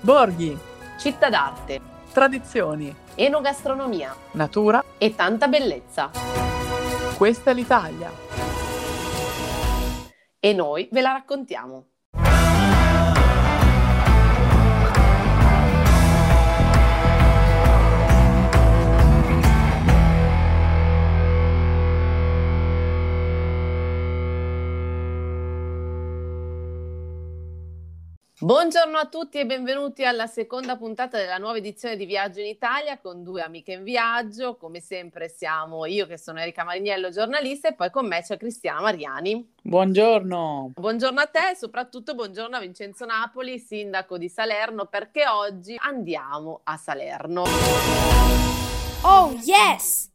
borghi, città d'arte, tradizioni, enogastronomia, natura e tanta bellezza. Questa è l'Italia. E noi ve la raccontiamo. Buongiorno a tutti e benvenuti alla seconda puntata della nuova edizione di Viaggio in Italia con due amiche in viaggio. Come sempre siamo io che sono Erika Marignello, giornalista, e poi con me c'è Cristiana Mariani. Buongiorno. Buongiorno a te e soprattutto buongiorno a Vincenzo Napoli, sindaco di Salerno, perché oggi andiamo a Salerno. Oh yes!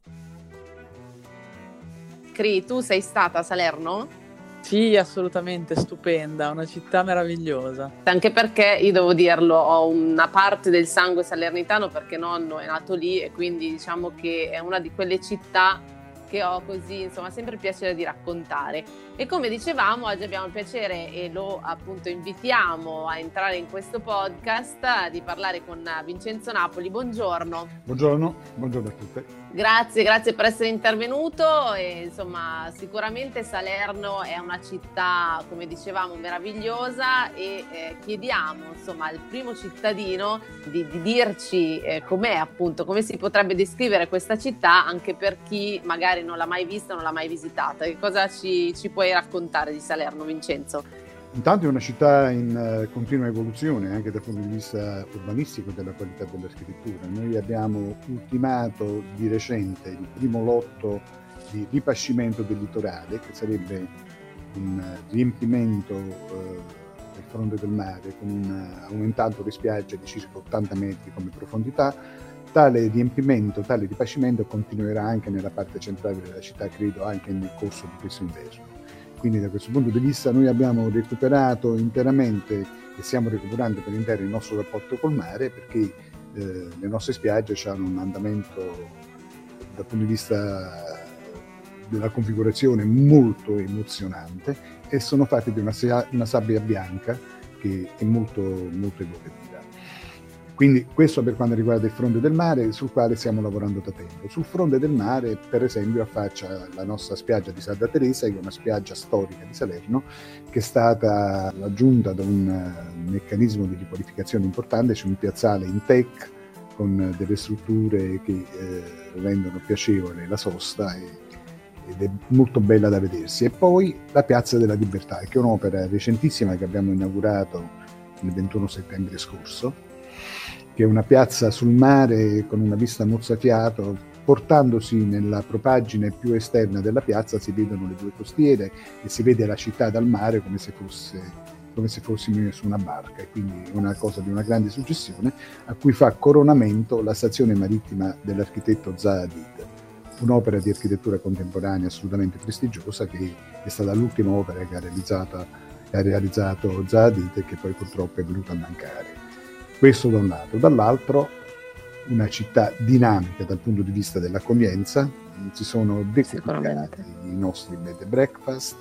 Cri, tu sei stata a Salerno? Sì, assolutamente, stupenda, una città meravigliosa. Anche perché, io devo dirlo, ho una parte del sangue salernitano perché nonno è nato lì e quindi diciamo che è una di quelle città che ho così, insomma, sempre il piacere di raccontare. E come dicevamo, oggi abbiamo il piacere, e lo appunto invitiamo a entrare in questo podcast, di parlare con Vincenzo Napoli. Buongiorno. Buongiorno a tutte. Grazie per essere intervenuto. E insomma, sicuramente Salerno è una città, come dicevamo, meravigliosa, e chiediamo insomma al primo cittadino di dirci com'è, appunto, come si potrebbe descrivere questa città, anche per chi magari non l'ha mai vista, non l'ha mai visitata. Che cosa ci puoi raccontare di Salerno, Vincenzo? Intanto è una città in continua evoluzione anche dal punto di vista urbanistico e della qualità dell'architettura. Noi abbiamo ultimato di recente il primo lotto di ripascimento del litorale, che sarebbe un riempimento del fronte del mare con aumentato le spiagge di circa 80 metri come profondità. Tale riempimento, tale ripascimento continuerà anche nella parte centrale della città, credo anche nel corso di questo inverno. Quindi da questo punto di vista noi abbiamo recuperato interamente e stiamo recuperando per intero il nostro rapporto col mare, perché le nostre spiagge hanno un andamento dal punto di vista della configurazione molto emozionante e sono fatte di una sabbia bianca che è molto evocativa. Quindi questo per quanto riguarda il fronte del mare, sul quale stiamo lavorando da tempo. Sul fronte del mare, per esempio, affaccia la nostra spiaggia di Santa Teresa, che è una spiaggia storica di Salerno, che è stata raggiunta da un meccanismo di riqualificazione importante. C'è un piazzale in tech con delle strutture che rendono piacevole la sosta ed è molto bella da vedersi. E poi la Piazza della Libertà, che è un'opera recentissima che abbiamo inaugurato il 21 settembre scorso, che è una piazza sul mare con una vista mozzafiato. Portandosi nella propaggine più esterna della piazza si vedono le due costiere e si vede la città dal mare come se fossimo su una barca, e quindi una cosa di una grande suggestione, a cui fa coronamento la stazione marittima dell'architetto Zaha Hadid, un'opera di architettura contemporanea assolutamente prestigiosa, che è stata l'ultima opera che ha realizzato Zaha Hadid e che poi purtroppo è venuta a mancare. Questo da un lato. Dall'altro una città dinamica dal punto di vista dell'accoglienza. Si sono decuplicati i nostri bed and breakfast,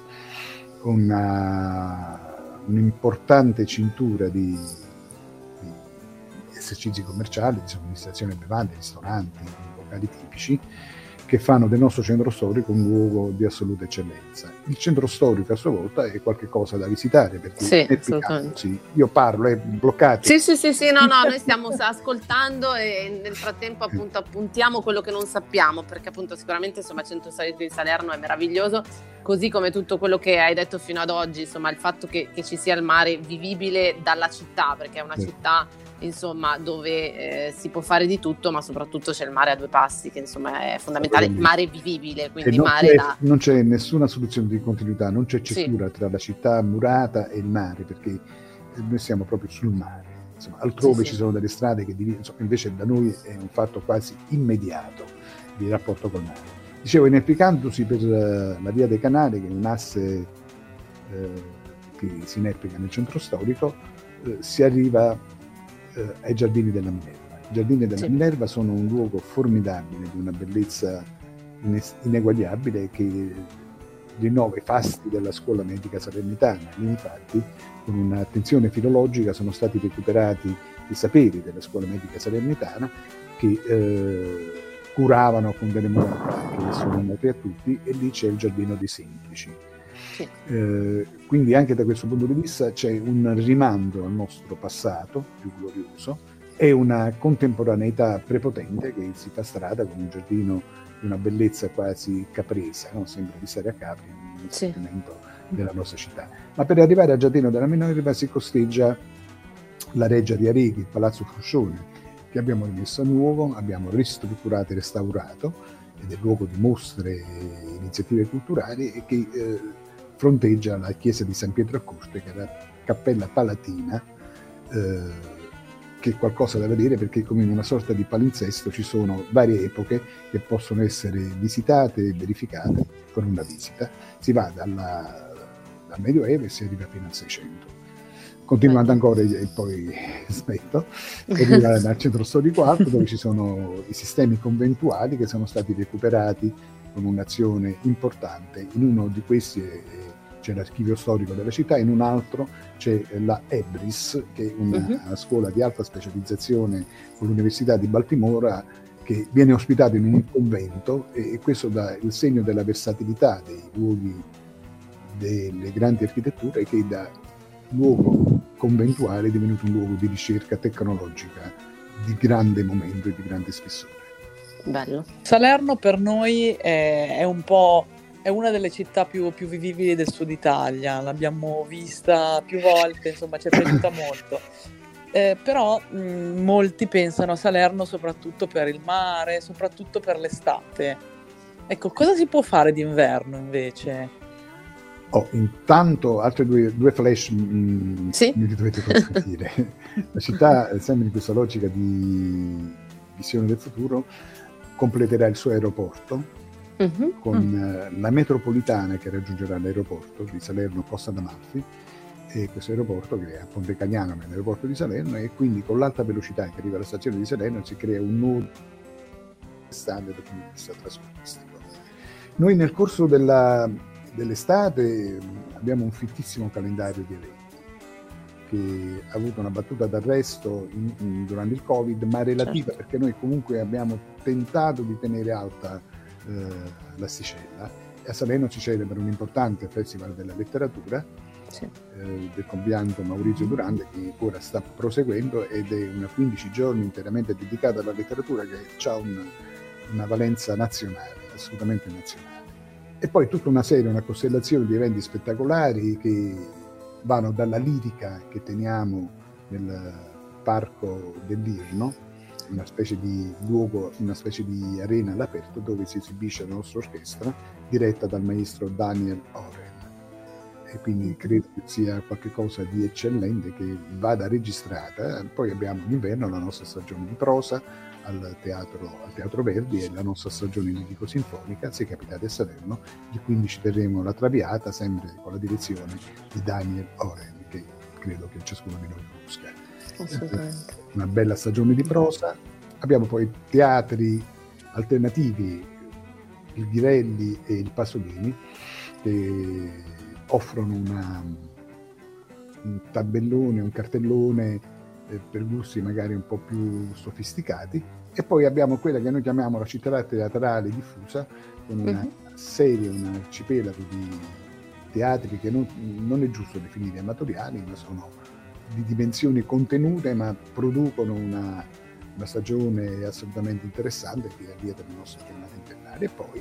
un'importante cintura di esercizi commerciali, di somministrazione bevande, ristoranti, locali tipici, che fanno del nostro centro storico un luogo di assoluta eccellenza. Il centro storico a sua volta è qualcosa da visitare, perché sì, io parlo, bloccati. Sì, no, noi stiamo ascoltando e nel frattempo appunto appuntiamo quello che non sappiamo, perché appunto sicuramente insomma il centro storico di Salerno è meraviglioso, così come tutto quello che hai detto fino ad oggi, insomma il fatto che ci sia il mare vivibile dalla città, perché è una città insomma dove si può fare di tutto, ma soprattutto c'è il mare a due passi, che insomma è fondamentale, mare vivibile, quindi non c'è nessuna soluzione di continuità, non c'è cesura tra la città murata e il mare, perché noi siamo proprio sul mare. Insomma, altrove ci sono delle strade che invece da noi è un fatto quasi immediato di rapporto col mare. Dicevo, inerpicandosi per la via dei Canali, che è un asse che si inerpica nel centro storico, si arriva ai Giardini della Minerva. I Giardini della Minerva sono un luogo formidabile, di una bellezza ineguagliabile, che rinnova i fasti della scuola medica salernitana. Infatti con un'attenzione filologica sono stati recuperati i saperi della scuola medica salernitana che curavano con delle modalità che sono note a tutti, e lì c'è il Giardino dei Semplici. Sì. Quindi anche da questo punto di vista c'è un rimando al nostro passato più glorioso e una contemporaneità prepotente che si fa strada con un giardino di una bellezza quasi caprese, no? Sembra di stare a Capri, un sentimento della nostra città. Ma per arrivare al Giardino della Minerva si costeggia la Reggia di Areghi, il Palazzo Fuscione, che abbiamo rimesso a nuovo, abbiamo ristrutturato e restaurato, ed è luogo di mostre e iniziative culturali, e che fronteggia la chiesa di San Pietro a Corte, che è la cappella palatina, che è qualcosa da vedere, perché come in una sorta di palinsesto ci sono varie epoche che possono essere visitate e verificate con una visita. Si va dal Medioevo e si arriva fino al 600. Continuando ancora, e poi smetto, si arriva al centro storico alto, dove ci sono i sistemi conventuali che sono stati recuperati con un'azione importante. In uno di questi c'è l'archivio storico della città, in un altro c'è la EBRIS, che è una scuola di alta specializzazione con l'Università di Baltimora, che viene ospitata in un convento, e questo dà il segno della versatilità dei luoghi delle grandi architetture, che da luogo conventuale è divenuto un luogo di ricerca tecnologica di grande momento e di grande spessore. Bello. Salerno per noi è una delle città più vivibili del sud Italia, l'abbiamo vista più volte, insomma ci è piaciuta molto. Però molti pensano a Salerno soprattutto per il mare, soprattutto per l'estate. Ecco, cosa si può fare d'inverno invece? Intanto altre due flash Sì? mi dovete consentire. La città, sempre in questa logica di visione del futuro, completerà il suo aeroporto con la metropolitana che raggiungerà l'aeroporto di Salerno Costa d'Amalfi, e questo aeroporto crea Ponte Cagnano nell'aeroporto di Salerno, e quindi con l'alta velocità che arriva alla stazione di Salerno si crea un nuovo standard dal punto di vista trasportistico. Noi nel corso dell'estate abbiamo un fittissimo calendario di eventi che ha avuto una battuta d'arresto durante il Covid, ma relativa, perché noi comunque abbiamo tentato di tenere alta l'asticella, e a Salerno si celebra un importante festival della letteratura del compianto Maurizio Durante, che ora sta proseguendo, ed è una 15 giorni interamente dedicata alla letteratura, che ha una valenza nazionale, assolutamente nazionale. E poi tutta una serie, una costellazione di eventi spettacolari che vanno dalla lirica che teniamo nel parco dell'Irno, una specie di luogo, una specie di arena all'aperto dove si esibisce la nostra orchestra diretta dal maestro Daniel Oren, e quindi credo che sia qualcosa di eccellente che vada registrata. Poi abbiamo l'inverno la nostra stagione di prosa al Teatro Verdi e la nostra stagione lirico-sinfonica. Se capitate a Salerno, il 15 terremo la Traviata, sempre con la direzione di Daniel Oren, che credo che ciascuno di noi conosca. Una bella stagione di prosa. Abbiamo poi teatri alternativi, il Ghirelli e il Pasolini, che offrono un tabellone, un cartellone per gusti magari un po' più sofisticati. E poi abbiamo quella che noi chiamiamo la città teatrale diffusa, con una serie, un arcipelago di teatri che non è giusto definire amatoriali, ma sono di dimensioni contenute, ma producono una stagione assolutamente interessante che avviata la nostra giornata invernale. E poi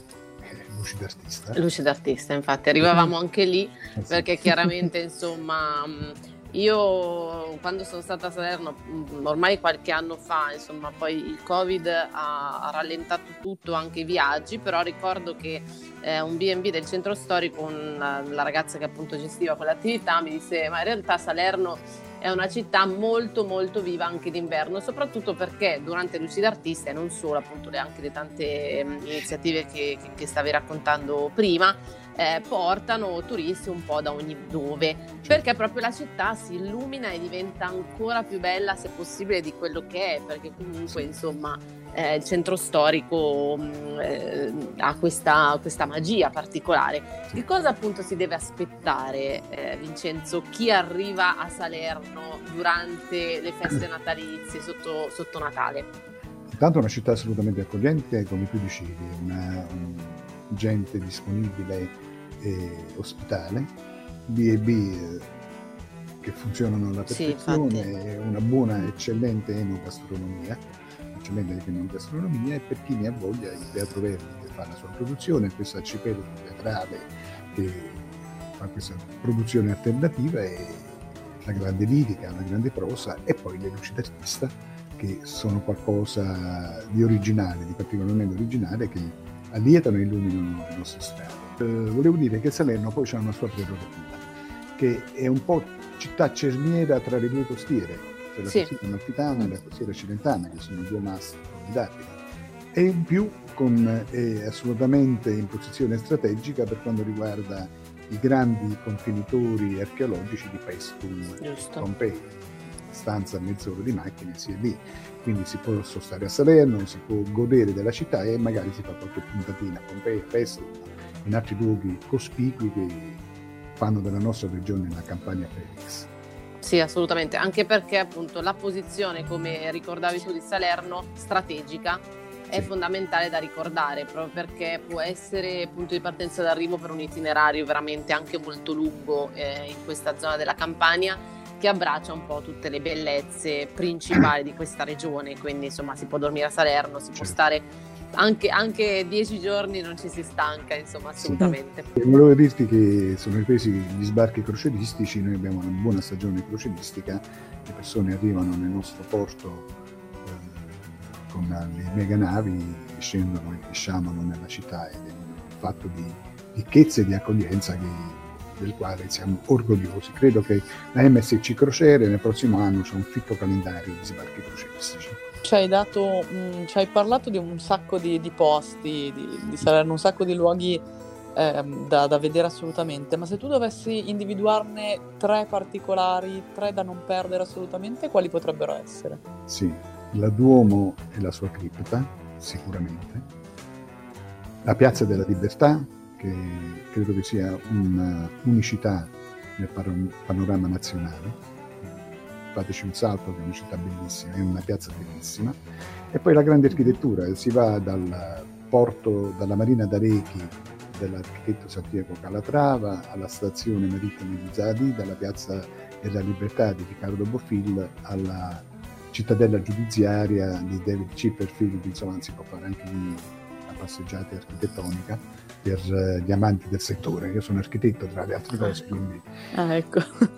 Luci d'artista, infatti arrivavamo anche lì, perché chiaramente insomma io quando sono stata a Salerno ormai qualche anno fa, insomma poi il Covid ha rallentato tutto, anche i viaggi, però ricordo che un B&B del centro storico, la ragazza che appunto gestiva quell'attività mi disse: ma in realtà Salerno è una città molto molto viva anche d'inverno, soprattutto perché durante Luci d'artista, e non solo, appunto anche le tante iniziative che stavi raccontando prima, portano turisti un po' da ogni dove, perché proprio la città si illumina e diventa ancora più bella, se possibile, di quello che è, perché comunque insomma il centro storico ha questa magia particolare. Che cosa appunto si deve aspettare, Vincenzo, chi arriva a Salerno durante le feste natalizie sotto Natale? Intanto è una città assolutamente accogliente, come tu dicevi, gente disponibile e ospitale, B&B che funzionano alla perfezione, una buona, eccellente enogastronomia, e per chi ne ha voglia il Teatro Verdi che fa la sua produzione, questo arcipelago teatrale che fa questa produzione alternativa, e la grande lirica, la grande prosa, e poi le luci d'artista che sono qualcosa di originale, di particolarmente originale, che allietano e illuminano le nostre strade. Volevo dire che Salerno poi c'ha una sua prerogativa, che è un po' città cerniera tra le due costiere, cioè la costiera amalfitana e la costiera cilentana, che sono due mast formidabili, e in più è assolutamente in posizione strategica per quanto riguarda i grandi contenitori archeologici di Paestum, Pompei. Stanza a mezz'ora di macchina, si è lì, quindi si può sostare a Salerno, si può godere della città e magari si fa qualche puntatina a Pompei, a Paestum, in altri luoghi cospicui che fanno della nostra regione la Campania Felix. Sì, assolutamente, anche perché appunto la posizione, come ricordavi tu, di Salerno, strategica, è fondamentale da ricordare, proprio perché può essere punto di partenza d'arrivo per un itinerario veramente anche molto lungo in questa zona della Campania, che abbraccia un po' tutte le bellezze principali di questa regione, quindi insomma si può dormire a Salerno, si può stare anche 10 giorni, non ci si stanca, insomma, assolutamente. Volevo dirti che sono ripresi gli sbarchi croceristici, noi abbiamo una buona stagione croceristica, le persone arrivano nel nostro porto con le mega navi, scendono e sciamano nella città, ed è un fatto di ricchezza e di accoglienza del quale siamo orgogliosi. Credo che la MSC Crociere nel prossimo anno c'è un fitto calendario di sbarchi croceristici. Ci hai parlato di un sacco di posti, di Salerno, un sacco di luoghi da vedere assolutamente, ma se tu dovessi individuarne 3 particolari, 3 da non perdere assolutamente, quali potrebbero essere? Sì, la Duomo e la sua cripta, sicuramente. La Piazza della Libertà, che credo che sia un'unicità nel panorama nazionale. Fateci un salto, che è una città bellissima, è una piazza bellissima. E poi la grande architettura, si va dal porto, dalla Marina d'Arechi dell'architetto Santiago Calatrava alla stazione marittima di Zadi, dalla Piazza della Libertà di Riccardo Bofill alla cittadella giudiziaria di David Chipperfield. Insomma, si può fare anche una passeggiata architettonica per gli amanti del settore. Io sono architetto, tra le altre cose, quindi... ecco.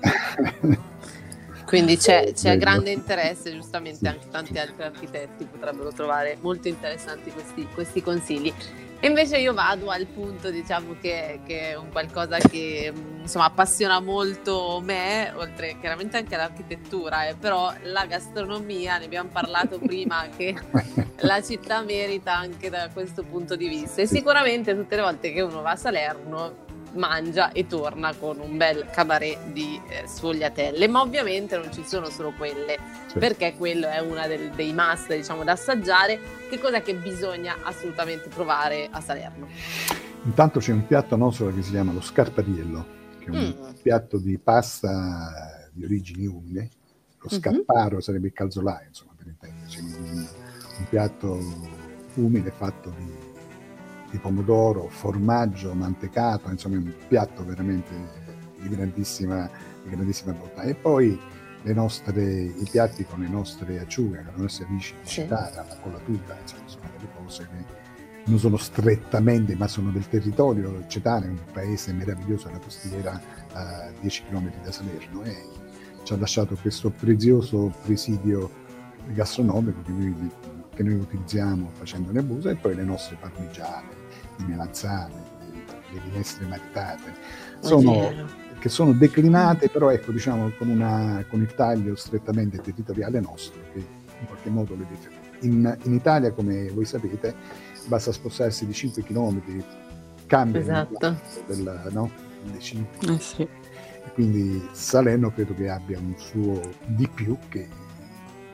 Quindi c'è grande interesse, giustamente anche tanti altri architetti potrebbero trovare molto interessanti questi consigli. E invece io vado al punto, diciamo, che è un qualcosa che insomma appassiona molto me, oltre chiaramente anche l'architettura, però la gastronomia, ne abbiamo parlato prima, che la città merita anche da questo punto di vista, e sicuramente tutte le volte che uno va a Salerno mangia e torna con un bel cabaret di sfogliatelle, ma ovviamente non ci sono solo quelle, perché quello è una dei must, diciamo, da assaggiare. Che cosa che bisogna assolutamente provare a Salerno? Intanto c'è un piatto nostro che si chiama lo scarpariello, che è un piatto di pasta di origini umile. Lo scarparo sarebbe il calzolaio, insomma, per intenderci, un piatto umile fatto di pomodoro, formaggio, mantecato, insomma è un piatto veramente di grandissima bontà. E poi i piatti con le nostre acciughe, con i nostri amici di Cetara, la colatura, insomma, sono delle cose che non sono strettamente, ma sono del territorio. Cetara è un paese meraviglioso alla costiera, a 10 km da Salerno, e ci ha lasciato questo prezioso presidio gastronomico che noi utilizziamo facendo le buse, e poi le nostre parmigiane, le melanzane, le minestre maritate, che sono declinate, però ecco, diciamo, con il taglio strettamente territoriale nostro, che in qualche modo le differenze. In Italia, come voi sapete, basta spostarsi di 5 km, cambia le cibi. Sì. Quindi Salerno credo che abbia un suo di più che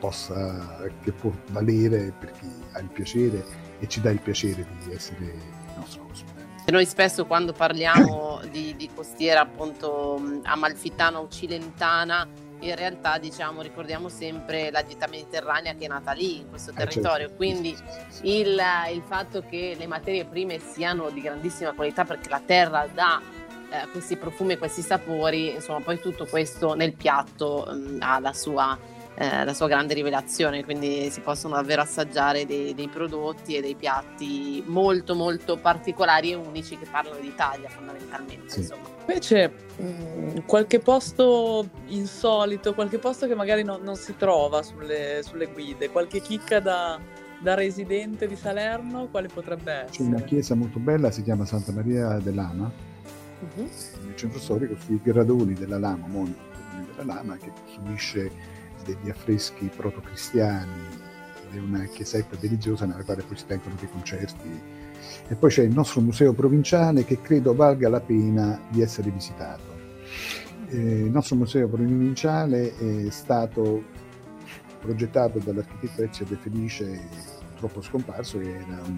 che può valere per chi ha il piacere e ci dà il piacere di essere il nostro ospite. Noi spesso quando parliamo di costiera appunto amalfitana o cilentana, in realtà diciamo ricordiamo sempre la dieta mediterranea che è nata lì, in questo territorio, certo. quindi Sì. il fatto che le materie prime siano di grandissima qualità perché la terra dà questi profumi e questi sapori, insomma poi tutto questo nel piatto ha la sua grande rivelazione, quindi si possono davvero assaggiare dei prodotti e dei piatti molto molto particolari e unici che parlano d'Italia fondamentalmente. Sì. Insomma. Invece qualche posto insolito, qualche posto che magari non si trova sulle guide, qualche chicca da residente di Salerno, quale potrebbe essere? C'è una chiesa molto bella, si chiama Santa Maria dell'Ama, nel centro storico, sui gradoni della Lama, della Lama, che subisce degli affreschi proto-cristiani, ed è una chiesetta religiosa nella quale poi si tengono dei concerti. E poi c'è il nostro museo provinciale che credo valga la pena di essere visitato. Il nostro museo provinciale è stato progettato dall'architetto Ezio De Felice, purtroppo scomparso, che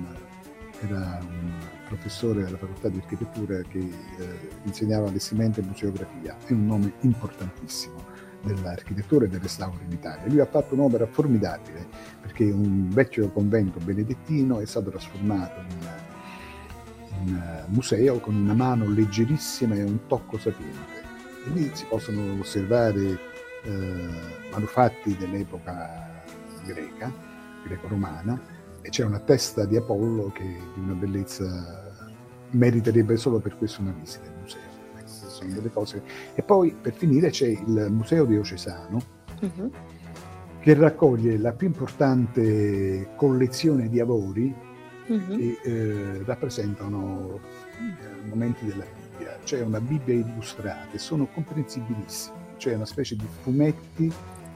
era un professore della facoltà di architettura che insegnava allestimento e museografia. È un nome importantissimo dell'architettura e del restauro in Italia. Lui ha fatto un'opera formidabile perché un vecchio convento benedettino è stato trasformato in museo con una mano leggerissima e un tocco sapiente. E lì si possono osservare manufatti dell'epoca greco-romana, e c'è una testa di Apollo che di una bellezza meriterebbe solo per questo una visita al museo. Ecco, queste sono delle cose. E poi per finire c'è il Museo Diocesano, che raccoglie la più importante collezione di avori che rappresentano momenti della Bibbia. C'è una Bibbia illustrata e sono comprensibilissimi. C'è una specie di fumetti,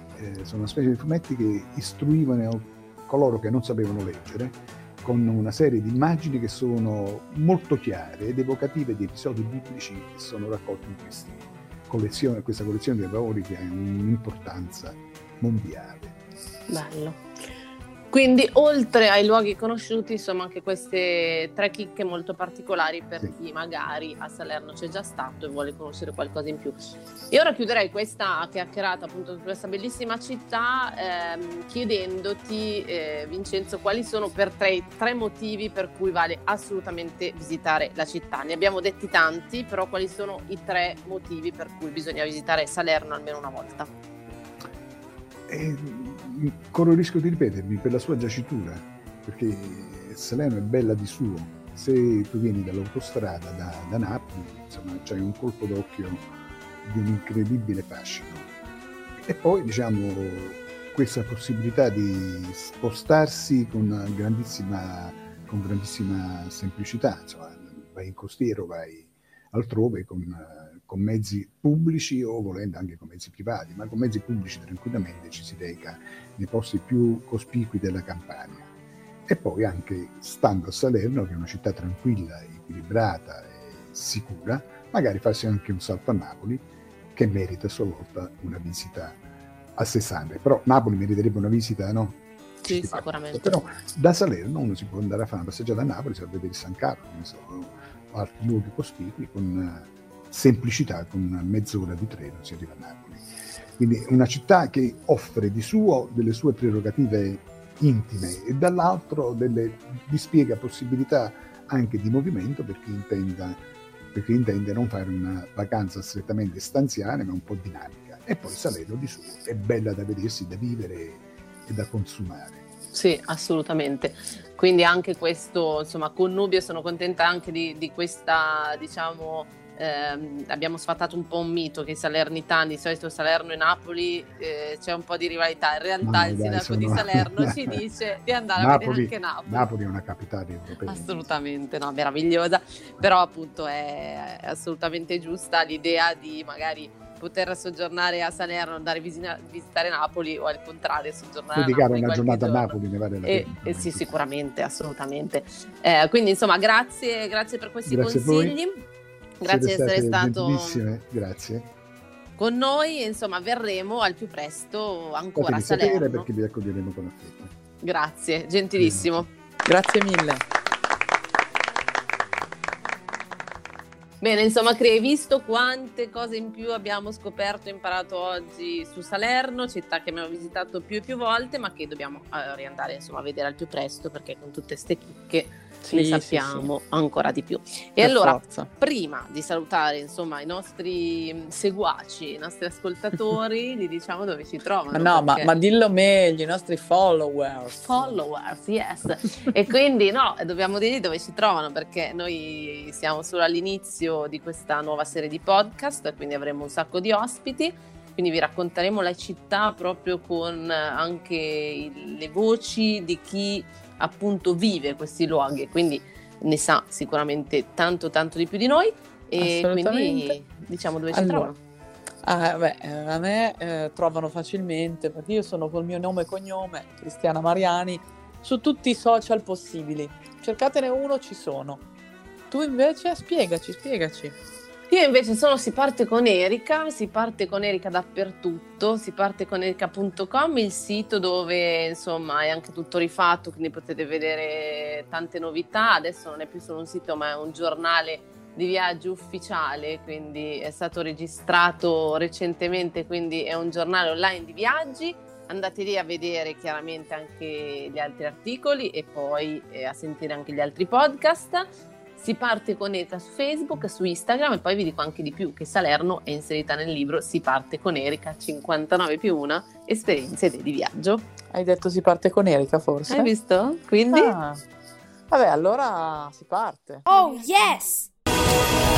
che istruivano coloro che non sapevano leggere, con una serie di immagini che sono molto chiare ed evocative di episodi biblici che sono raccolti in questa collezione di avori che ha un'importanza mondiale. Bello. Quindi oltre ai luoghi conosciuti, insomma, anche queste 3 chicche molto particolari per chi magari a Salerno c'è già stato e vuole conoscere qualcosa in più. E ora chiuderei questa chiacchierata appunto su questa bellissima città chiedendoti, Vincenzo, quali sono per te 3 motivi per cui vale assolutamente visitare la città. Ne abbiamo detti tanti, però quali sono i 3 motivi per cui bisogna visitare Salerno almeno una volta? Corro il rischio di ripetermi per la sua giacitura, perché Salerno è bella di suo. Se tu vieni dall'autostrada da Napoli, insomma, c'hai un colpo d'occhio di un incredibile fascino. E poi diciamo questa possibilità di spostarsi con grandissima semplicità, insomma, vai in costiero, vai altrove con mezzi pubblici o volendo anche con mezzi privati, ma con mezzi pubblici tranquillamente ci si reca nei posti più cospicui della Campania. E poi anche stando a Salerno, che è una città tranquilla, equilibrata e sicura, magari farsi anche un salto a Napoli, che merita a sua volta una visita a sé stante. Però Napoli meriterebbe una visita, no? Sì, sicuramente. Però da Salerno uno si può andare a fare una passeggiata a Napoli, si va a vedere San Carlo, o altri luoghi cospicui, con semplicità, con mezz'ora di treno si arriva a Napoli. Quindi una città che offre di suo delle sue prerogative intime e dall'altro dispiega possibilità anche di movimento per chi intende non fare una vacanza strettamente stanziale ma un po' dinamica. E poi Salerno di suo è bella da vedersi, da vivere e da consumare. Sì, assolutamente. Quindi anche questo, insomma, connubio, sono contenta anche di questa, diciamo, abbiamo sfatato un po' un mito che i salernitani, di solito Salerno e Napoli c'è un po' di rivalità. In realtà il sindaco di Salerno ci dice di andare a vedere anche Napoli. Napoli è una capitale europea. Assolutamente, no, meravigliosa, però appunto è assolutamente giusta l'idea di magari poter soggiornare a Salerno, andare a visitare Napoli, o al contrario soggiornare dedicare a Napoli una giornata giorno. a Napoli ne vale la pena. Sì, sicuramente, assolutamente. Quindi insomma grazie per questi consigli. Grazie di essere stato. Grazie. con noi e insomma verremo al più presto ancora a Fatemi sapere Salerno. perché vi accoglieremo con affetto. Grazie, gentilissimo. Grazie mille. Bene, insomma, hai visto quante cose in più abbiamo scoperto e imparato oggi su Salerno, città che abbiamo visitato più e più volte, ma che dobbiamo riandare insomma a vedere al più presto, perché con tutte ste chicche ne sappiamo ancora di più. E Per allora, forza. prima di salutare insomma i nostri seguaci, i nostri ascoltatori, gli diciamo dove ci trovano. Ma no, perché... ma dillo meglio, i nostri followers. Yes. E quindi no, dobbiamo dirgli dove ci trovano, perché noi siamo solo all'inizio di questa nuova serie di podcast, quindi avremo un sacco di ospiti, quindi vi racconteremo la città proprio con anche le voci di chi appunto vive questi luoghi e quindi ne sa sicuramente tanto di più di noi, e quindi diciamo dove ci trovano. A me trovano facilmente, perché io sono col mio nome e cognome, Cristiana Mariani, su tutti i social possibili. Cercatene uno, ci sono. Tu invece spiegaci. Io invece si parte con Erika dappertutto, si parte con erica.com, il sito dove insomma è anche tutto rifatto, quindi potete vedere tante novità. Adesso non è più solo un sito, ma è un giornale di viaggio ufficiale, quindi è stato registrato recentemente, quindi è un giornale online di viaggi. Andate lì a vedere chiaramente anche gli altri articoli e poi a sentire anche gli altri podcast. Si parte con Erika su Facebook, su Instagram, e poi vi dico anche di più, che Salerno è inserita nel libro Si parte con Erika 59+1 esperienze di viaggio. Hai detto si parte con Erika, forse? Hai visto? Quindi? Vabbè, allora si parte. Oh yes!